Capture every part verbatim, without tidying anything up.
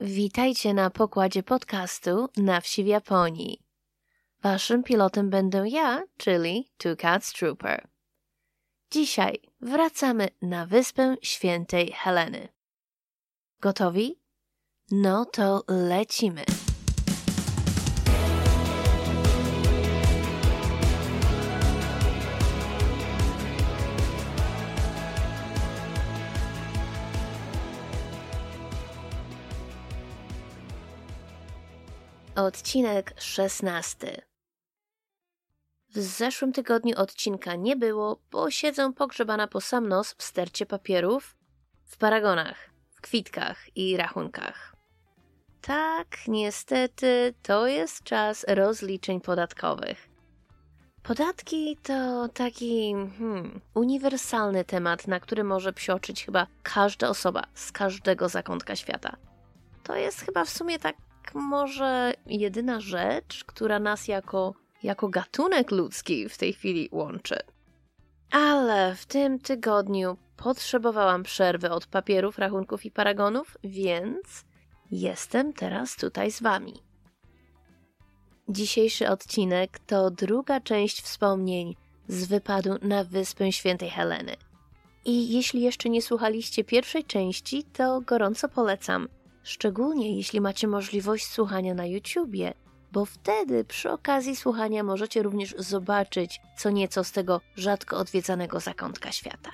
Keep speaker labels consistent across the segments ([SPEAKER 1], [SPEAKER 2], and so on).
[SPEAKER 1] Witajcie na pokładzie podcastu Na wsi w Japonii. Waszym pilotem będę ja, czyli Two Cats Trooper. Dzisiaj wracamy na Wyspę Świętej Heleny. Gotowi? No to lecimy. Odcinek szesnasty. W zeszłym tygodniu odcinka nie było, bo siedzę pogrzebana po sam nos w stercie papierów, w paragonach, w kwitkach i rachunkach. Tak, niestety, to jest czas rozliczeń podatkowych. Podatki to taki hmm, uniwersalny temat, na który może psioczyć chyba każda osoba z każdego zakątka świata. To jest chyba w sumie tak może jedyna rzecz, która nas jako, jako gatunek ludzki w tej chwili łączy. Ale w tym tygodniu potrzebowałam przerwy od papierów, rachunków i paragonów, więc jestem teraz tutaj z wami. Dzisiejszy odcinek to druga część wspomnień z wypadu na Wyspę Świętej Heleny. I jeśli jeszcze nie słuchaliście pierwszej części, to gorąco polecam. Szczególnie jeśli macie możliwość słuchania na YouTubie, bo wtedy przy okazji słuchania możecie również zobaczyć co nieco z tego rzadko odwiedzanego zakątka świata.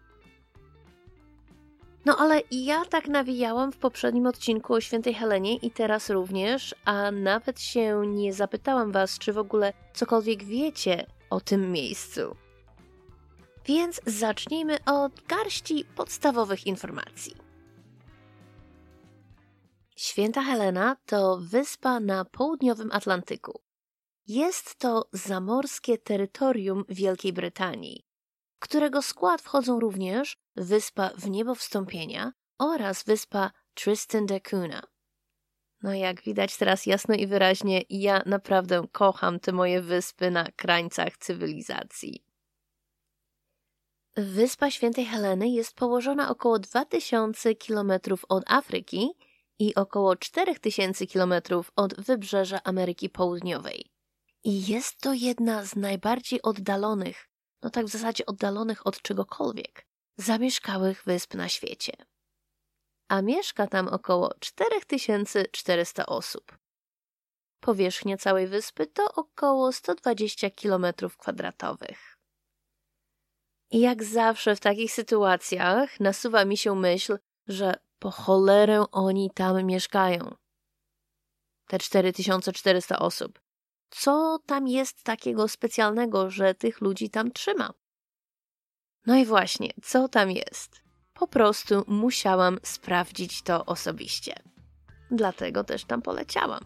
[SPEAKER 1] No ale ja tak nawijałam w poprzednim odcinku o Świętej Helenie i teraz również, a nawet się nie zapytałam was, czy w ogóle cokolwiek wiecie o tym miejscu. Więc zacznijmy od garści podstawowych informacji. Święta Helena to wyspa na południowym Atlantyku. Jest to zamorskie terytorium Wielkiej Brytanii, w którego skład wchodzą również wyspa w niebo wstąpienia oraz wyspa Tristan da Cunha. No jak widać teraz jasno i wyraźnie, ja naprawdę kocham te moje wyspy na krańcach cywilizacji. Wyspa Świętej Heleny jest położona około dwa tysiące kilometrów od Afryki i około cztery tysiące kilometrów od wybrzeża Ameryki Południowej. I jest to jedna z najbardziej oddalonych, no tak w zasadzie oddalonych od czegokolwiek, zamieszkałych wysp na świecie. A mieszka tam około cztery tysiące czterysta osób. Powierzchnia całej wyspy to około sto dwadzieścia kilometrów kwadratowych. I jak zawsze w takich sytuacjach nasuwa mi się myśl, że po cholerę oni tam mieszkają. Te cztery tysiące czterysta osób. Co tam jest takiego specjalnego, że tych ludzi tam trzyma? No i właśnie, co tam jest? Po prostu musiałam sprawdzić to osobiście. Dlatego też tam poleciałam.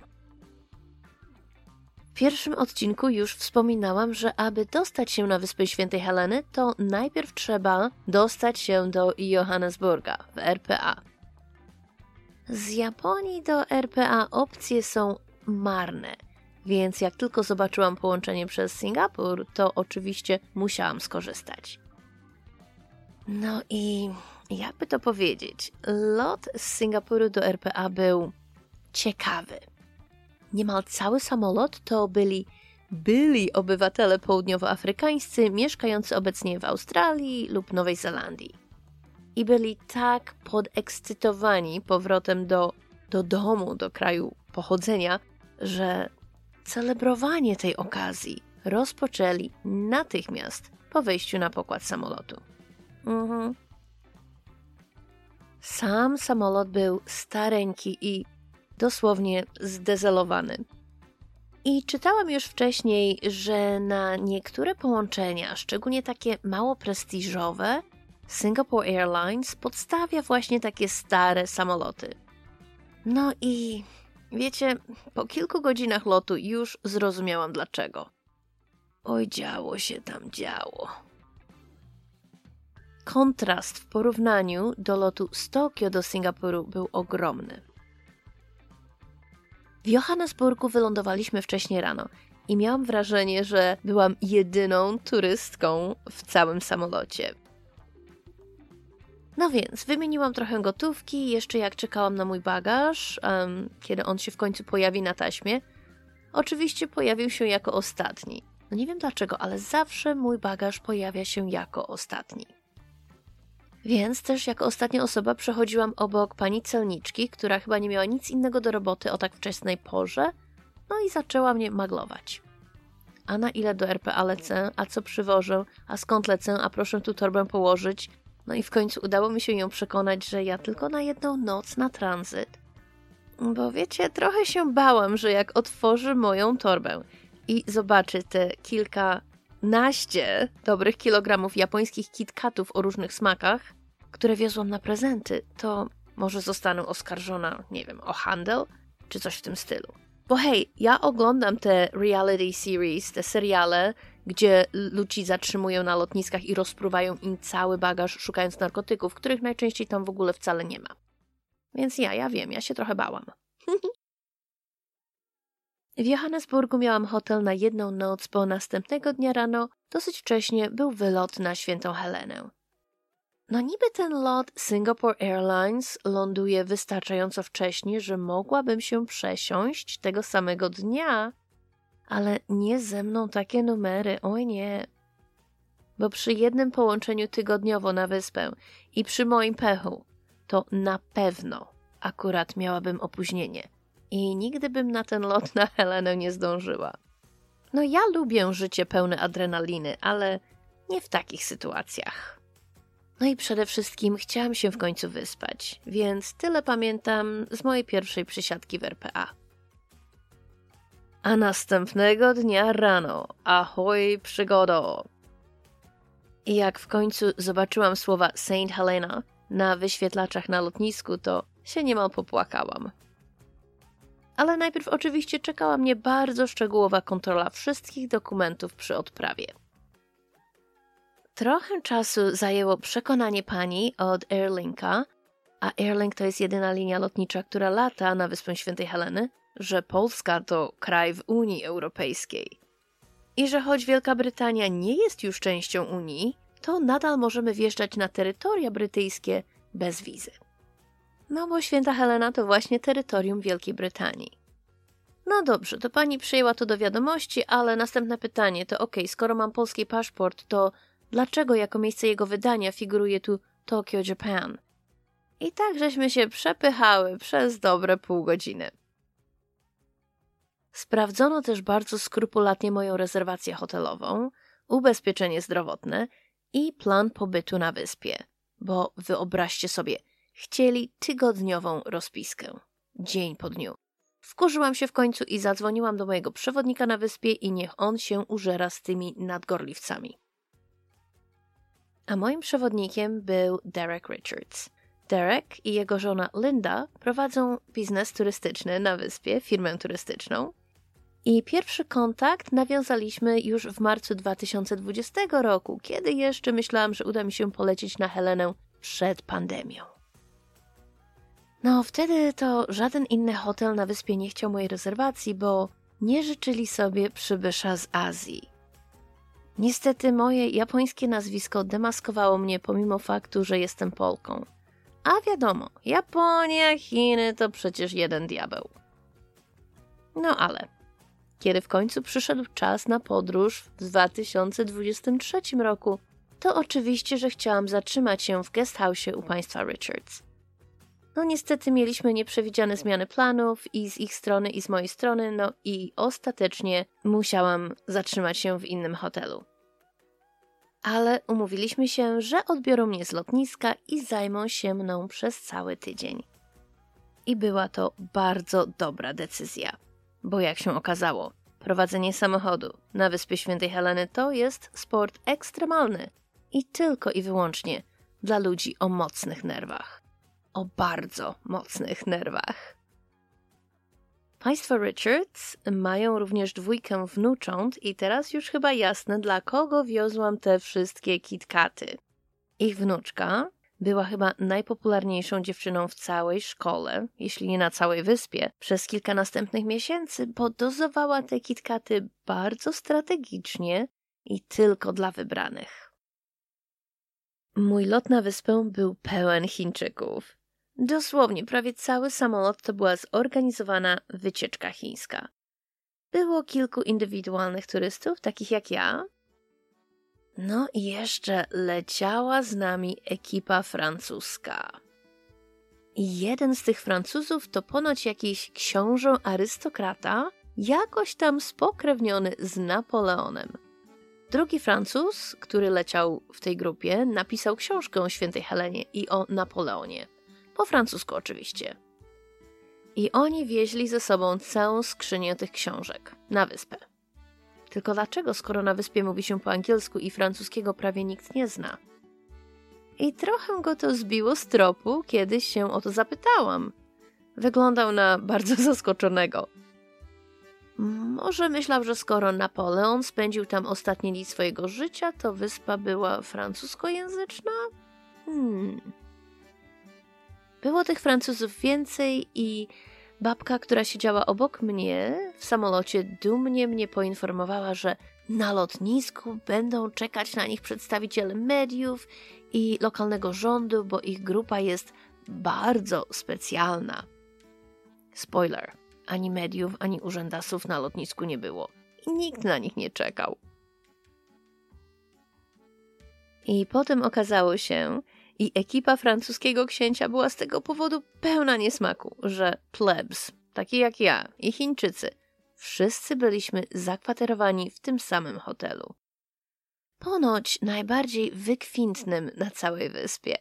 [SPEAKER 1] W pierwszym odcinku już wspominałam, że aby dostać się na Wyspę Świętej Heleny, to najpierw trzeba dostać się do Johannesburga w R P A. Z Japonii do R P A opcje są marne, więc jak tylko zobaczyłam połączenie przez Singapur, to oczywiście musiałam skorzystać. No i jakby to powiedzieć, lot z Singapuru do R P A był ciekawy. Niemal cały samolot to byli, byli obywatele południowoafrykańscy mieszkający obecnie w Australii lub Nowej Zelandii. I byli tak podekscytowani powrotem do, do domu, do kraju pochodzenia, że celebrowanie tej okazji rozpoczęli natychmiast po wejściu na pokład samolotu. Mhm. Sam samolot był stareńki i dosłownie zdezelowany. I czytałam już wcześniej, że na niektóre połączenia, szczególnie takie mało prestiżowe, Singapore Airlines podstawia właśnie takie stare samoloty. No i wiecie, po kilku godzinach lotu już zrozumiałam dlaczego. Oj, działo się tam działo. Kontrast w porównaniu do lotu z Tokio do Singapuru był ogromny. W Johannesburgu wylądowaliśmy wcześnie rano i miałam wrażenie, że byłam jedyną turystką w całym samolocie. No więc, wymieniłam trochę gotówki, jeszcze jak czekałam na mój bagaż, um, kiedy on się w końcu pojawi na taśmie. Oczywiście pojawił się jako ostatni. No nie wiem dlaczego, ale zawsze mój bagaż pojawia się jako ostatni. Więc też jako ostatnia osoba przechodziłam obok pani celniczki, która chyba nie miała nic innego do roboty o tak wczesnej porze, no i zaczęła mnie maglować. A na ile do R P A lecę, a co przywożę, a skąd lecę, a proszę tu torbę położyć. No i w końcu udało mi się ją przekonać, że ja tylko na jedną noc na tranzyt. Bo wiecie, trochę się bałam, że jak otworzy moją torbę i zobaczy te kilkanaście dobrych kilogramów japońskich KitKatów o różnych smakach, które wiozłam na prezenty, to może zostanę oskarżona, nie wiem, o handel czy coś w tym stylu. Bo hej, ja oglądam te reality series, te seriale, gdzie ludzi zatrzymują na lotniskach i rozpruwają im cały bagaż, szukając narkotyków, których najczęściej tam w ogóle wcale nie ma. Więc ja, ja wiem, ja się trochę bałam. W Johannesburgu miałam hotel na jedną noc, bo następnego dnia rano, dosyć wcześnie, był wylot na Świętą Helenę. No niby ten lot Singapore Airlines ląduje wystarczająco wcześnie, że mogłabym się przesiąść tego samego dnia, ale nie ze mną takie numery, oj nie. Bo przy jednym połączeniu tygodniowo na wyspę i przy moim pechu, to na pewno akurat miałabym opóźnienie i nigdy bym na ten lot na Helenę nie zdążyła. No ja lubię życie pełne adrenaliny, ale nie w takich sytuacjach. No i przede wszystkim chciałam się w końcu wyspać, więc tyle pamiętam z mojej pierwszej przysiadki w R P A. A następnego dnia rano, ahoj przygodo! I jak w końcu zobaczyłam słowa Saint Helena na wyświetlaczach na lotnisku, to się niemal popłakałam. Ale najpierw oczywiście czekała mnie bardzo szczegółowa kontrola wszystkich dokumentów przy odprawie. Trochę czasu zajęło przekonanie pani od Airlinka, a Airlink to jest jedyna linia lotnicza, która lata na Wyspę Świętej Heleny, że Polska to kraj w Unii Europejskiej. I że choć Wielka Brytania nie jest już częścią Unii, to nadal możemy wjeżdżać na terytoria brytyjskie bez wizy. No bo Święta Helena to właśnie terytorium Wielkiej Brytanii. No dobrze, to pani przyjęła to do wiadomości, ale następne pytanie to okej, skoro mam polski paszport, to dlaczego jako miejsce jego wydania figuruje tu Tokyo, Japan? I tak żeśmy się przepychały przez dobre pół godziny. Sprawdzono też bardzo skrupulatnie moją rezerwację hotelową, ubezpieczenie zdrowotne i plan pobytu na wyspie, bo wyobraźcie sobie, chcieli tygodniową rozpiskę, dzień po dniu. Wkurzyłam się w końcu i zadzwoniłam do mojego przewodnika na wyspie i niech on się użera z tymi nadgorliwcami. A moim przewodnikiem był Derek Richards. Derek i jego żona Linda prowadzą biznes turystyczny na wyspie, firmę turystyczną. I pierwszy kontakt nawiązaliśmy już w marcu dwa tysiące dwudziestego roku, kiedy jeszcze myślałam, że uda mi się polecieć na Helenę przed pandemią. No, wtedy to żaden inny hotel na wyspie nie chciał mojej rezerwacji, bo nie życzyli sobie przybysza z Azji. Niestety moje japońskie nazwisko demaskowało mnie pomimo faktu, że jestem Polką. A wiadomo, Japonia, Chiny to przecież jeden diabeł. No ale, kiedy w końcu przyszedł czas na podróż w dwa tysiące dwudziestym trzecim roku, to oczywiście, że chciałam zatrzymać się w guesthouse'ie u państwa Richards. No niestety mieliśmy nieprzewidziane zmiany planów i z ich strony i z mojej strony, no i ostatecznie musiałam zatrzymać się w innym hotelu. Ale umówiliśmy się, że odbiorą mnie z lotniska i zajmą się mną przez cały tydzień. I była to bardzo dobra decyzja, bo jak się okazało, prowadzenie samochodu na Wyspie Świętej Heleny to jest sport ekstremalny i tylko i wyłącznie dla ludzi o mocnych nerwach. O bardzo mocnych nerwach. Państwo Richards mają również dwójkę wnucząt i teraz już chyba jasne, dla kogo wiozłam te wszystkie KitKaty. Ich wnuczka była chyba najpopularniejszą dziewczyną w całej szkole, jeśli nie na całej wyspie, przez kilka następnych miesięcy, bo dozowała te KitKaty bardzo strategicznie i tylko dla wybranych. Mój lot na wyspę był pełen Chińczyków. Dosłownie prawie cały samolot to była zorganizowana wycieczka chińska. Było kilku indywidualnych turystów, takich jak ja. No i jeszcze leciała z nami ekipa francuska. I jeden z tych Francuzów to ponoć jakiś książę arystokrata, jakoś tam spokrewniony z Napoleonem. Drugi Francuz, który leciał w tej grupie, napisał książkę o świętej Helenie i o Napoleonie. Po francusku oczywiście. I oni wieźli ze sobą całą skrzynię tych książek na wyspę. Tylko dlaczego, skoro na wyspie mówi się po angielsku i francuskiego prawie nikt nie zna? I trochę go to zbiło z tropu, kiedy się o to zapytałam. Wyglądał na bardzo zaskoczonego. Może myślał, że skoro Napoleon spędził tam ostatnie dni swojego życia, to wyspa była francuskojęzyczna? Hmm... Było tych Francuzów więcej i babka, która siedziała obok mnie w samolocie, dumnie mnie poinformowała, że na lotnisku będą czekać na nich przedstawiciele mediów i lokalnego rządu, bo ich grupa jest bardzo specjalna. Spoiler, ani mediów, ani urzędasów na lotnisku nie było i nikt na nich nie czekał. I potem okazało się, i ekipa francuskiego księcia była z tego powodu pełna niesmaku, że plebs, taki jak ja i Chińczycy, wszyscy byliśmy zakwaterowani w tym samym hotelu. Ponoć najbardziej wykwintnym na całej wyspie.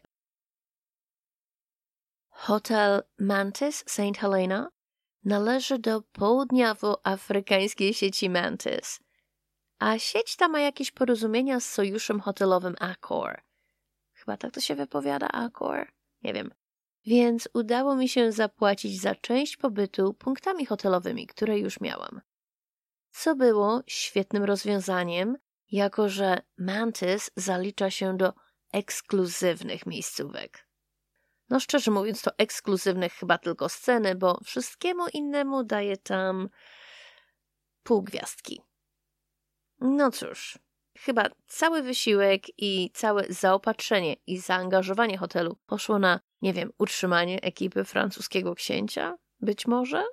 [SPEAKER 1] Hotel Mantis Saint Helena należy do południowoafrykańskiej sieci Mantis, a sieć ta ma jakieś porozumienia z sojuszem hotelowym Accor. Chyba tak to się wypowiada, Accor? Nie wiem. Więc udało mi się zapłacić za część pobytu punktami hotelowymi, które już miałam. Co było świetnym rozwiązaniem, jako że Mantis zalicza się do ekskluzywnych miejscówek. No szczerze mówiąc, to ekskluzywnych chyba tylko sceny, bo wszystkiemu innemu daje tam pół gwiazdki. No cóż, chyba cały wysiłek i całe zaopatrzenie i zaangażowanie hotelu poszło na, nie wiem, utrzymanie ekipy francuskiego księcia? Być może?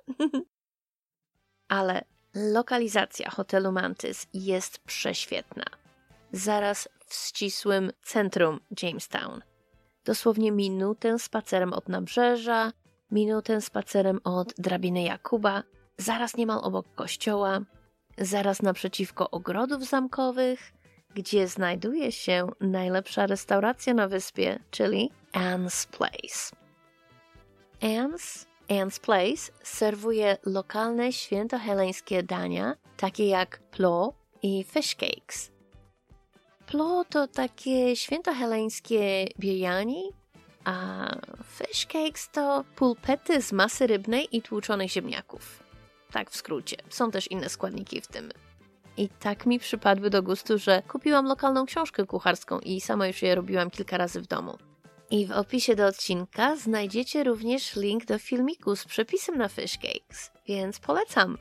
[SPEAKER 1] Ale lokalizacja hotelu Mantis jest prześwietna. Zaraz w ścisłym centrum Jamestown. Dosłownie minutę spacerem od nabrzeża, minutę spacerem od drabiny Jakuba, zaraz niemal obok kościoła, zaraz naprzeciwko ogrodów zamkowych, gdzie znajduje się najlepsza restauracja na wyspie, czyli Anne's Place. Anne's, Anne's Place serwuje lokalne świętoheleńskie dania, takie jak plo i fish cakes. Plo to takie świętoheleńskie biryani, a fish cakes to pulpety z masy rybnej i tłuczonych ziemniaków. Tak w skrócie. Są też inne składniki w tym. I tak mi przypadły do gustu, że kupiłam lokalną książkę kucharską i sama już je robiłam kilka razy w domu. I w opisie do odcinka znajdziecie również link do filmiku z przepisem na fish cakes, więc polecam.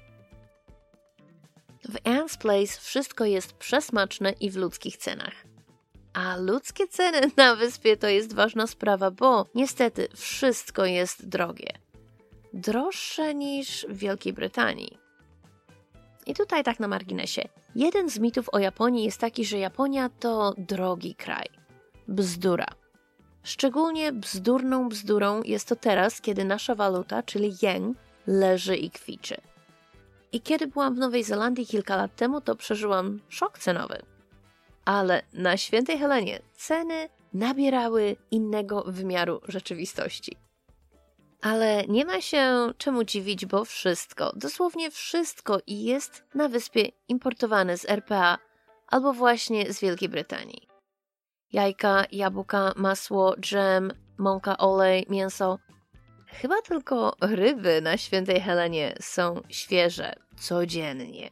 [SPEAKER 1] W Anne's Place wszystko jest przesmaczne i w ludzkich cenach. A ludzkie ceny na wyspie to jest ważna sprawa, bo niestety wszystko jest drogie. Droższe niż w Wielkiej Brytanii. I tutaj tak na marginesie. Jeden z mitów o Japonii jest taki, że Japonia to drogi kraj. Bzdura. Szczególnie bzdurną bzdurą jest to teraz, kiedy nasza waluta, czyli jen, leży i kwiczy. I kiedy byłam w Nowej Zelandii kilka lat temu, to przeżyłam szok cenowy. Ale na Świętej Helenie ceny nabierały innego wymiaru rzeczywistości. Ale nie ma się czemu dziwić, bo wszystko, dosłownie wszystko jest na wyspie importowane z er pe a albo właśnie z Wielkiej Brytanii. Jajka, jabłka, masło, dżem, mąka, olej, mięso. Chyba tylko ryby na Świętej Helenie są świeże codziennie.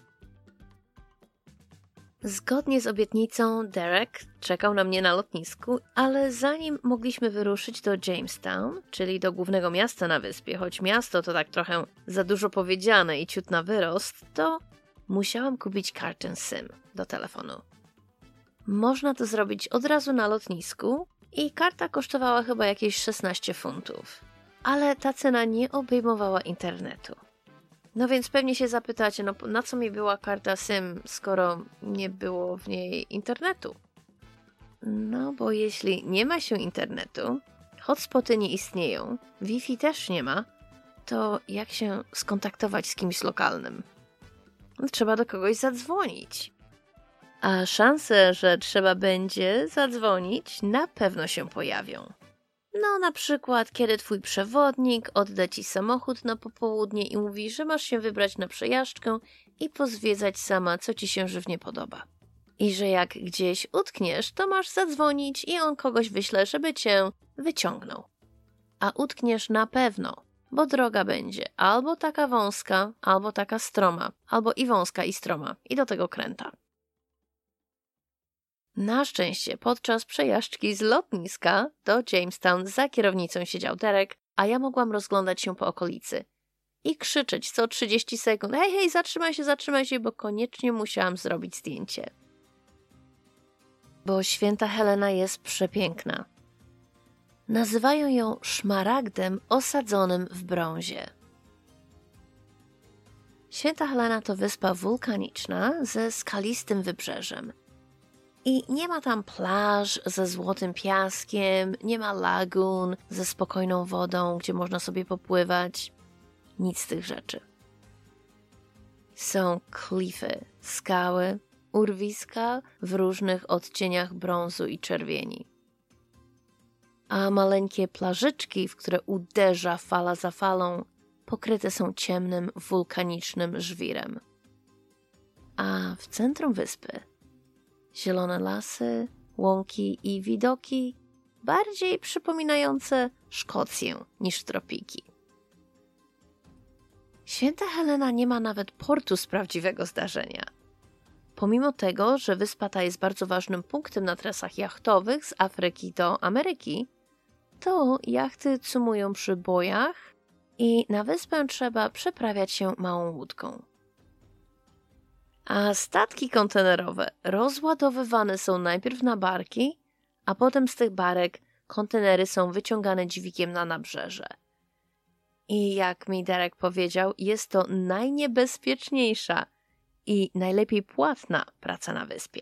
[SPEAKER 1] Zgodnie z obietnicą Derek czekał na mnie na lotnisku, ale zanim mogliśmy wyruszyć do Jamestown, czyli do głównego miasta na wyspie, choć miasto to tak trochę za dużo powiedziane i ciut na wyrost, to musiałam kupić kartę SIM do telefonu. Można to zrobić od razu na lotnisku i karta kosztowała chyba jakieś szesnaście funtów. Ale ta cena nie obejmowała internetu. No więc pewnie się zapytacie, no na co mi była karta SIM, skoro nie było w niej internetu? No bo jeśli nie ma się internetu, hotspoty nie istnieją, Wi-Fi też nie ma, to jak się skontaktować z kimś lokalnym? Trzeba do kogoś zadzwonić. A szanse, że trzeba będzie zadzwonić, na pewno się pojawią. No na przykład, kiedy twój przewodnik odda ci samochód na popołudnie i mówi, że masz się wybrać na przejażdżkę i pozwiedzać sama, co ci się żywnie podoba. I że jak gdzieś utkniesz, to masz zadzwonić i on kogoś wyśle, żeby cię wyciągnął. A utkniesz na pewno, bo droga będzie albo taka wąska, albo taka stroma, albo i wąska, i stroma, i do tego kręta. Na szczęście podczas przejażdżki z lotniska do Jamestown za kierownicą siedział Derek, a ja mogłam rozglądać się po okolicy i krzyczeć co trzydzieści sekund: hej, hej, zatrzymaj się, zatrzymaj się, bo koniecznie musiałam zrobić zdjęcie. Bo Święta Helena jest przepiękna. Nazywają ją szmaragdem osadzonym w brązie. Święta Helena to wyspa wulkaniczna ze skalistym wybrzeżem. I nie ma tam plaż ze złotym piaskiem, nie ma lagun ze spokojną wodą, gdzie można sobie popływać. Nic z tych rzeczy. Są klify, skały, urwiska w różnych odcieniach brązu i czerwieni. A maleńkie plażyczki, w które uderza fala za falą, pokryte są ciemnym, wulkanicznym żwirem. A w centrum wyspy zielone lasy, łąki i widoki bardziej przypominające Szkocję niż tropiki. Święta Helena nie ma nawet portu z prawdziwego zdarzenia. Pomimo tego, że wyspa ta jest bardzo ważnym punktem na trasach jachtowych z Afryki do Ameryki, to jachty cumują przy bojach i na wyspę trzeba przeprawiać się małą łódką. A statki kontenerowe rozładowywane są najpierw na barki, a potem z tych barek kontenery są wyciągane dźwigiem na nabrzeże. I jak mi Derek powiedział, jest to najniebezpieczniejsza i najlepiej płatna praca na wyspie.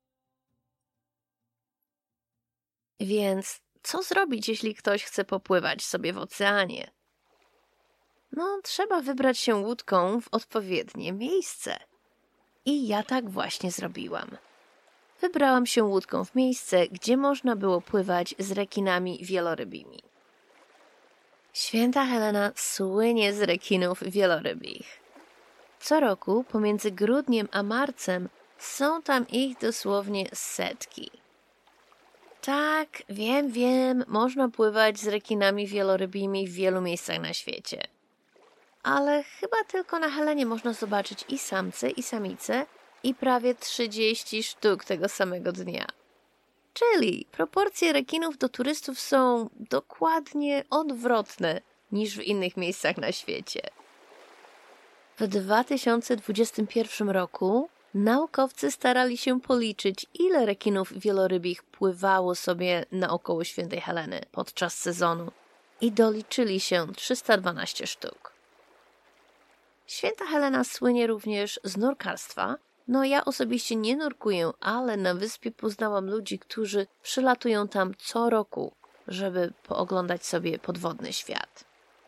[SPEAKER 1] Więc co zrobić, jeśli ktoś chce popływać sobie w oceanie? No, trzeba wybrać się łódką w odpowiednie miejsce. I ja tak właśnie zrobiłam. Wybrałam się łódką w miejsce, gdzie można było pływać z rekinami wielorybimi. Święta Helena słynie z rekinów wielorybich. Co roku pomiędzy grudniem a marcem są tam ich dosłownie setki. Tak, wiem, wiem, można pływać z rekinami wielorybimi w wielu miejscach na świecie. Ale chyba tylko na Helenie można zobaczyć i samce, i samice, i prawie trzydzieści sztuk tego samego dnia. Czyli proporcje rekinów do turystów są dokładnie odwrotne niż w innych miejscach na świecie. W dwa tysiące dwudziestym pierwszym roku naukowcy starali się policzyć, ile rekinów wielorybich pływało sobie naokoło Świętej Heleny podczas sezonu i doliczyli się trzysta dwanaście sztuk. Święta Helena słynie również z nurkarstwa. No ja osobiście nie nurkuję, ale na wyspie poznałam ludzi, którzy przylatują tam co roku, żeby pooglądać sobie podwodny świat.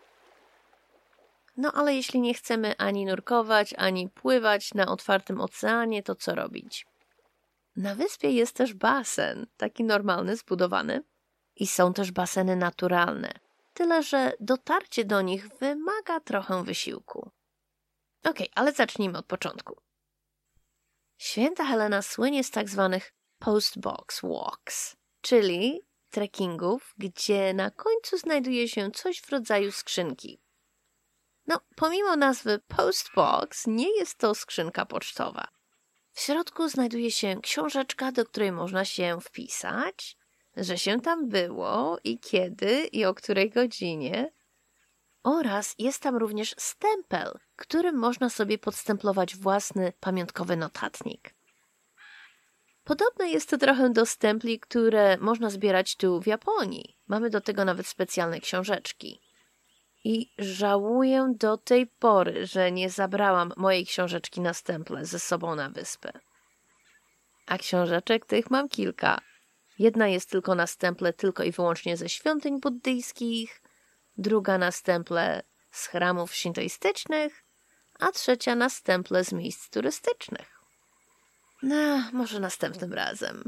[SPEAKER 1] No ale jeśli nie chcemy ani nurkować, ani pływać na otwartym oceanie, to co robić? Na wyspie jest też basen, taki normalny, zbudowany. I są też baseny naturalne, tyle że dotarcie do nich wymaga trochę wysiłku. Okej, ale zacznijmy od początku. Święta Helena słynie z tak zwanych postbox walks, czyli trekkingów, gdzie na końcu znajduje się coś w rodzaju skrzynki. No, pomimo nazwy postbox, nie jest to skrzynka pocztowa. W środku znajduje się książeczka, do której można się wpisać, że się tam było i kiedy i o której godzinie. Oraz jest tam również stempel, którym można sobie podstemplować własny pamiątkowy notatnik. Podobne jest to trochę do stempli, które można zbierać tu w Japonii. Mamy do tego nawet specjalne książeczki. I żałuję do tej pory, że nie zabrałam mojej książeczki na stemple ze sobą na wyspę. A książeczek tych mam kilka. Jedna jest tylko na stemple tylko i wyłącznie ze świątyń buddyjskich, druga na stemple z chramów szintoistycznych, a trzecia na stemple z miejsc turystycznych. No, może następnym razem.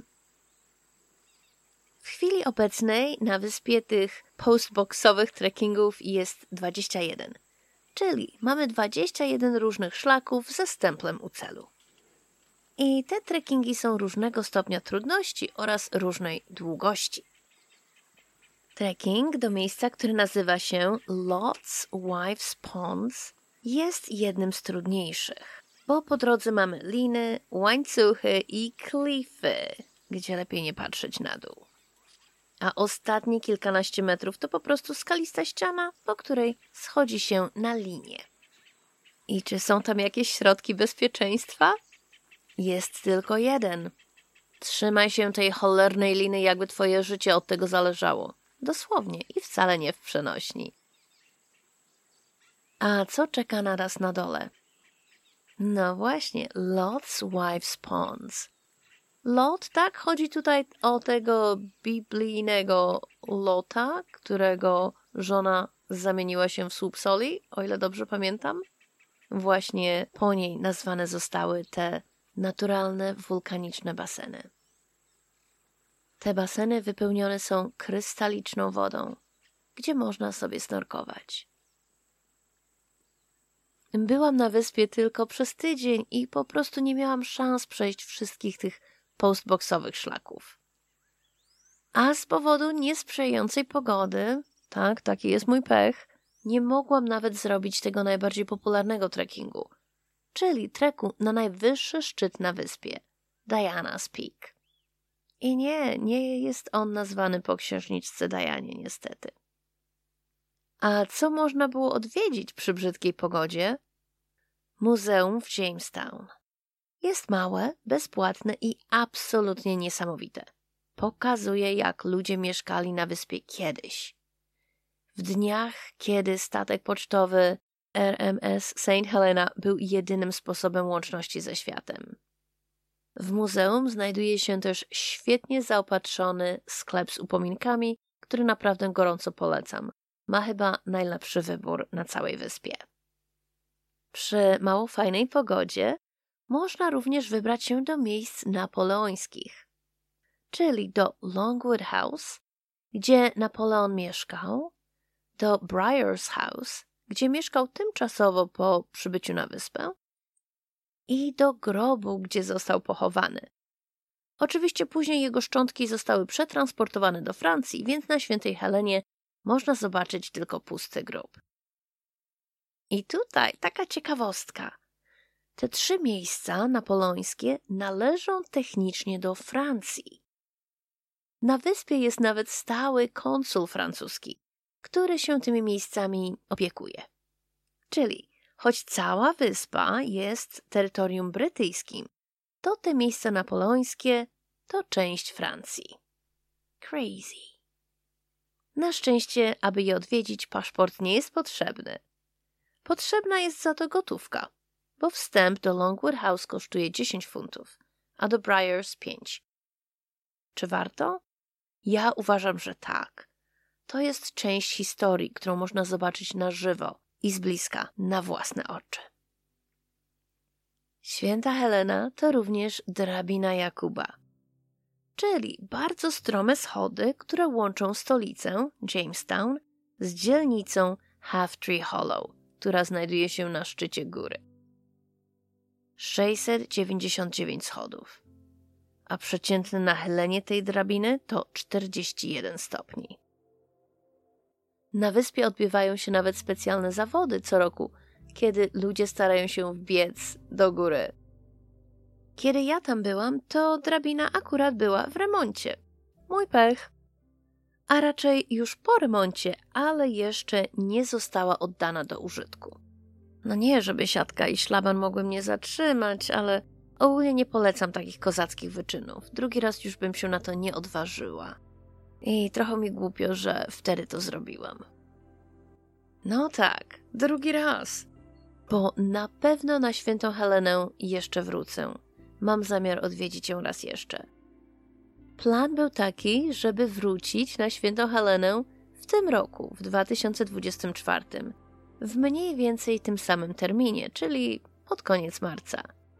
[SPEAKER 1] W chwili obecnej na wyspie tych postboxowych trekkingów jest dwadzieścia jeden, czyli mamy dwadzieścia jeden różnych szlaków ze stemplem u celu. I te trekkingi są różnego stopnia trudności oraz różnej długości. Trekking do miejsca, które nazywa się Lot's Wife's Ponds, jest jednym z trudniejszych, bo po drodze mamy liny, łańcuchy i klify, gdzie lepiej nie patrzeć na dół. A ostatnie kilkanaście metrów to po prostu skalista ściana, po której schodzi się na linię. I czy są tam jakieś środki bezpieczeństwa? Jest tylko jeden. Trzymaj się tej cholernej liny, jakby twoje życie od tego zależało. Dosłownie i wcale nie w przenośni. A co czeka na nas na dole? No właśnie, Lot's Wife's Ponds. Lot, tak? Chodzi tutaj o tego biblijnego Lota, którego żona zamieniła się w słup soli, o ile dobrze pamiętam. Właśnie po niej nazwane zostały te naturalne, wulkaniczne baseny. Te baseny wypełnione są krystaliczną wodą, gdzie można sobie snorkować. Byłam na wyspie tylko przez tydzień i po prostu nie miałam szans przejść wszystkich tych postboxowych szlaków. A z powodu niesprzyjającej pogody, tak, taki jest mój pech, nie mogłam nawet zrobić tego najbardziej popularnego trekkingu, czyli treku na najwyższy szczyt na wyspie, Diana's Peak. I nie, nie jest on nazwany po księżniczce Dianie, niestety. A co można było odwiedzić przy brzydkiej pogodzie? Muzeum w Jamestown. Jest małe, bezpłatne i absolutnie niesamowite. Pokazuje, jak ludzie mieszkali na wyspie kiedyś. W dniach, kiedy statek pocztowy R M S Saint Helena był jedynym sposobem łączności ze światem. W muzeum znajduje się też świetnie zaopatrzony sklep z upominkami, który naprawdę gorąco polecam. Ma chyba najlepszy wybór na całej wyspie. Przy mało fajnej pogodzie można również wybrać się do miejsc napoleońskich, czyli do Longwood House, gdzie Napoleon mieszkał, do Briar's House, gdzie mieszkał tymczasowo po przybyciu na wyspę, i do grobu, gdzie został pochowany. Oczywiście później jego szczątki zostały przetransportowane do Francji, więc na Świętej Helenie można zobaczyć tylko pusty grób. I tutaj taka ciekawostka. Te trzy miejsca napoleońskie należą technicznie do Francji. Na wyspie jest nawet stały konsul francuski, który się tymi miejscami opiekuje. Czyli choć cała wyspa jest terytorium brytyjskim, to te miejsca napoleońskie to część Francji. Crazy. Na szczęście, aby je odwiedzić, paszport nie jest potrzebny. Potrzebna jest za to gotówka, bo wstęp do Longwood House kosztuje dziesięć funtów, a do Briar's pięć. Czy warto? Ja uważam, że tak. To jest część historii, którą można zobaczyć na żywo i z bliska, na własne oczy. Święta Helena to również drabina Jakuba, czyli bardzo strome schody, które łączą stolicę, Jamestown, z dzielnicą Half Tree Hollow, która znajduje się na szczycie góry. sześćset dziewięćdziesiąt dziewięć schodów, a przeciętne nachylenie tej drabiny to czterdzieści jeden stopni. Na wyspie odbywają się nawet specjalne zawody co roku, kiedy ludzie starają się wbiec do góry. Kiedy ja tam byłam, to drabina akurat była w remoncie. Mój pech. A raczej już po remoncie, ale jeszcze nie została oddana do użytku. No nie, żeby siatka i szlaban mogły mnie zatrzymać, ale Ogólnie nie polecam takich kozackich wyczynów. Drugi raz już bym się na to nie odważyła. I trochę mi głupio, że wtedy to zrobiłam. No tak, drugi raz. Bo na pewno na Świętą Helenę jeszcze wrócę. Mam zamiar odwiedzić ją raz jeszcze. Plan był taki, żeby wrócić na Świętą Helenę w tym roku, w dwa tysiące dwudziestym czwartym. W mniej więcej tym samym terminie, czyli pod koniec marca.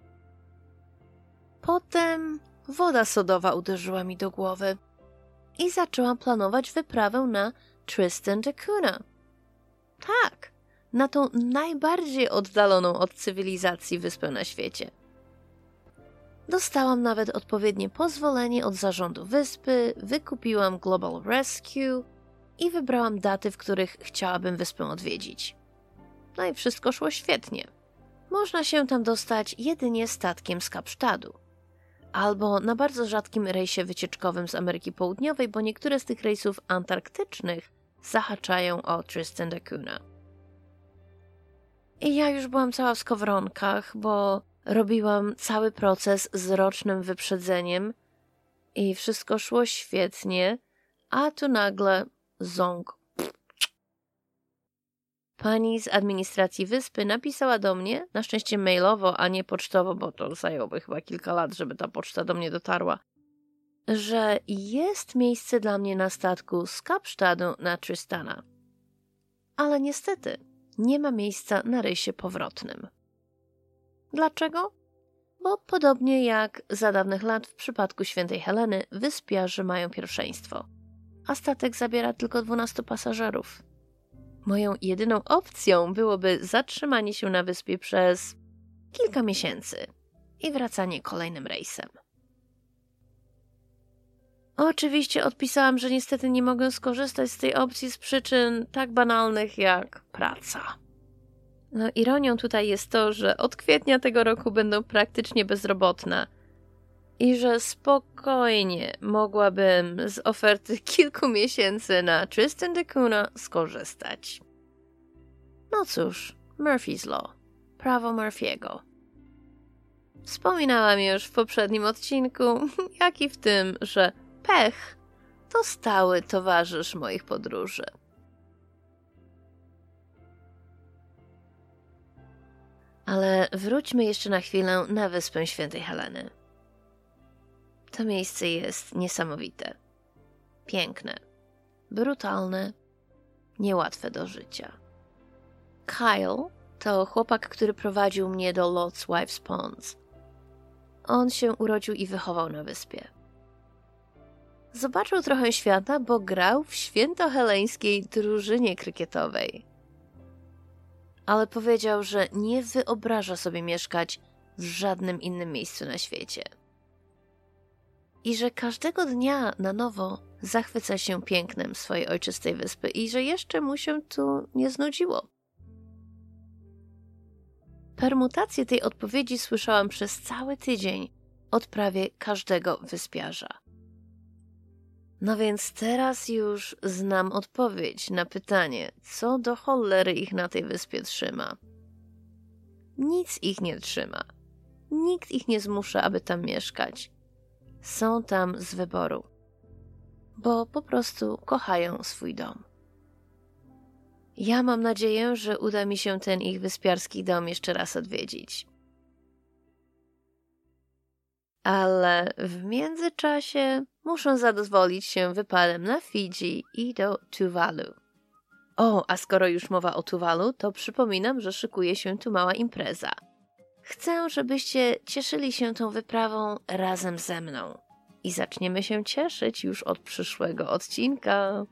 [SPEAKER 1] Potem woda sodowa uderzyła mi do głowy i zaczęłam planować wyprawę na Tristan da Cunha. Tak, na tą najbardziej oddaloną od cywilizacji wyspę na świecie. Dostałam nawet odpowiednie pozwolenie od zarządu wyspy, wykupiłam Global Rescue i wybrałam daty, w których chciałabym wyspę odwiedzić. No i wszystko szło świetnie. Można się tam dostać jedynie statkiem z Kapsztadu. Albo na bardzo rzadkim rejsie wycieczkowym z Ameryki Południowej, bo niektóre z tych rejsów antarktycznych zahaczają o Tristan da Cunha. I ja już byłam cała w skowronkach, bo robiłam cały proces z rocznym wyprzedzeniem i wszystko szło świetnie, a tu nagle ząg. Pani z administracji wyspy napisała do mnie, na szczęście mailowo, a nie pocztowo, bo to zajęłoby chyba kilka lat, żeby ta poczta do mnie dotarła, że jest miejsce dla mnie na statku z Kapsztadu na Tristana. Ale niestety nie ma miejsca na rejsie powrotnym. Dlaczego? Bo podobnie jak za dawnych lat w przypadku Świętej Heleny, wyspiarze mają pierwszeństwo, a statek zabiera tylko dwunastu pasażerów. Moją jedyną opcją byłoby zatrzymanie się na wyspie przez kilka miesięcy i wracanie kolejnym rejsem. Oczywiście odpisałam, że niestety nie mogę skorzystać z tej opcji z przyczyn tak banalnych jak praca. No ironią tutaj jest to, że od kwietnia tego roku będę praktycznie bezrobotna i że spokojnie mogłabym z oferty kilku miesięcy na Tristan da Cunha skorzystać. No cóż, Murphy's Law, prawo Murphy'ego. Wspominałam już w poprzednim odcinku, jak i w tym, że pech to stały towarzysz moich podróży. Ale wróćmy jeszcze na chwilę na wyspę Świętej Heleny. To miejsce jest niesamowite. Piękne, brutalne, niełatwe do życia. Kyle to chłopak, który prowadził mnie do Lot's Wife's Ponds. On się urodził i wychował na wyspie. Zobaczył trochę świata, bo grał w świętoheleńskiej drużynie krykietowej. Ale powiedział, że nie wyobraża sobie mieszkać w żadnym innym miejscu na świecie. I że każdego dnia na nowo zachwyca się pięknem swojej ojczystej wyspy i że jeszcze mu się tu nie znudziło. Permutację tej odpowiedzi słyszałam przez cały tydzień od prawie każdego wyspiarza. No więc teraz już znam odpowiedź na pytanie, co do cholery ich na tej wyspie trzyma. Nic ich nie trzyma. Nikt ich nie zmusza, aby tam mieszkać. Są tam z wyboru, bo po prostu kochają swój dom. Ja mam nadzieję, że uda mi się ten ich wyspiarski dom jeszcze raz odwiedzić. Ale w międzyczasie muszę zadowolić się wypadem na Fidżi i do Tuwalu. O, a skoro już mowa o Tuwalu, to przypominam, że szykuje się tu mała impreza. Chcę, żebyście cieszyli się tą wyprawą razem ze mną. I zaczniemy się cieszyć już od przyszłego odcinka.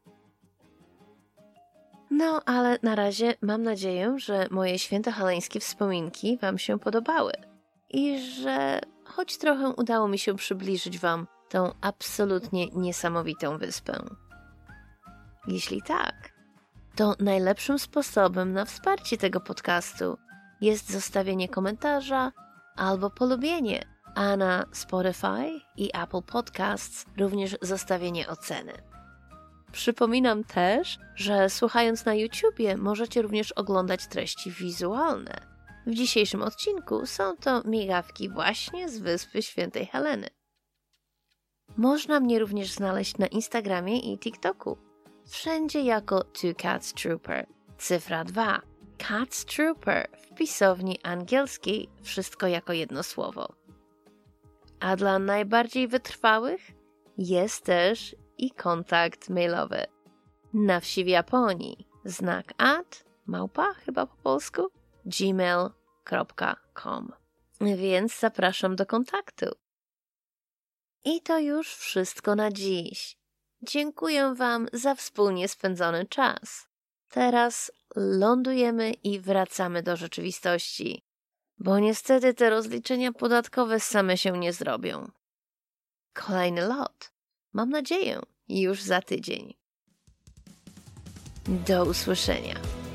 [SPEAKER 1] No, ale na razie mam nadzieję, że moje świętoheleńskie wspominki Wam się podobały. I że choć trochę udało mi się przybliżyć Wam tą absolutnie niesamowitą wyspę. Jeśli tak, to najlepszym sposobem na wsparcie tego podcastu jest zostawienie komentarza albo polubienie, a na Spotify i Apple Podcasts również zostawienie oceny. Przypominam też, że słuchając na YouTubie możecie również oglądać treści wizualne, W dzisiejszym odcinku są to migawki właśnie z Wyspy Świętej Heleny. Można mnie również znaleźć na Instagramie i TikToku. Wszędzie jako Two Cats Trooper. Cyfra dwa. Cats Trooper w pisowni angielskiej, wszystko jako jedno słowo. A dla najbardziej wytrwałych jest też i kontakt mailowy. Na wsi w Japonii znak at, małpa chyba po polsku, gmail kropka com. Więc zapraszam do kontaktu. I to już wszystko na dziś. Dziękuję Wam za wspólnie spędzony czas. Teraz lądujemy i wracamy do rzeczywistości, bo niestety te rozliczenia podatkowe same się nie zrobią. Kolejny lot, mam nadzieję, już za tydzień. Do usłyszenia.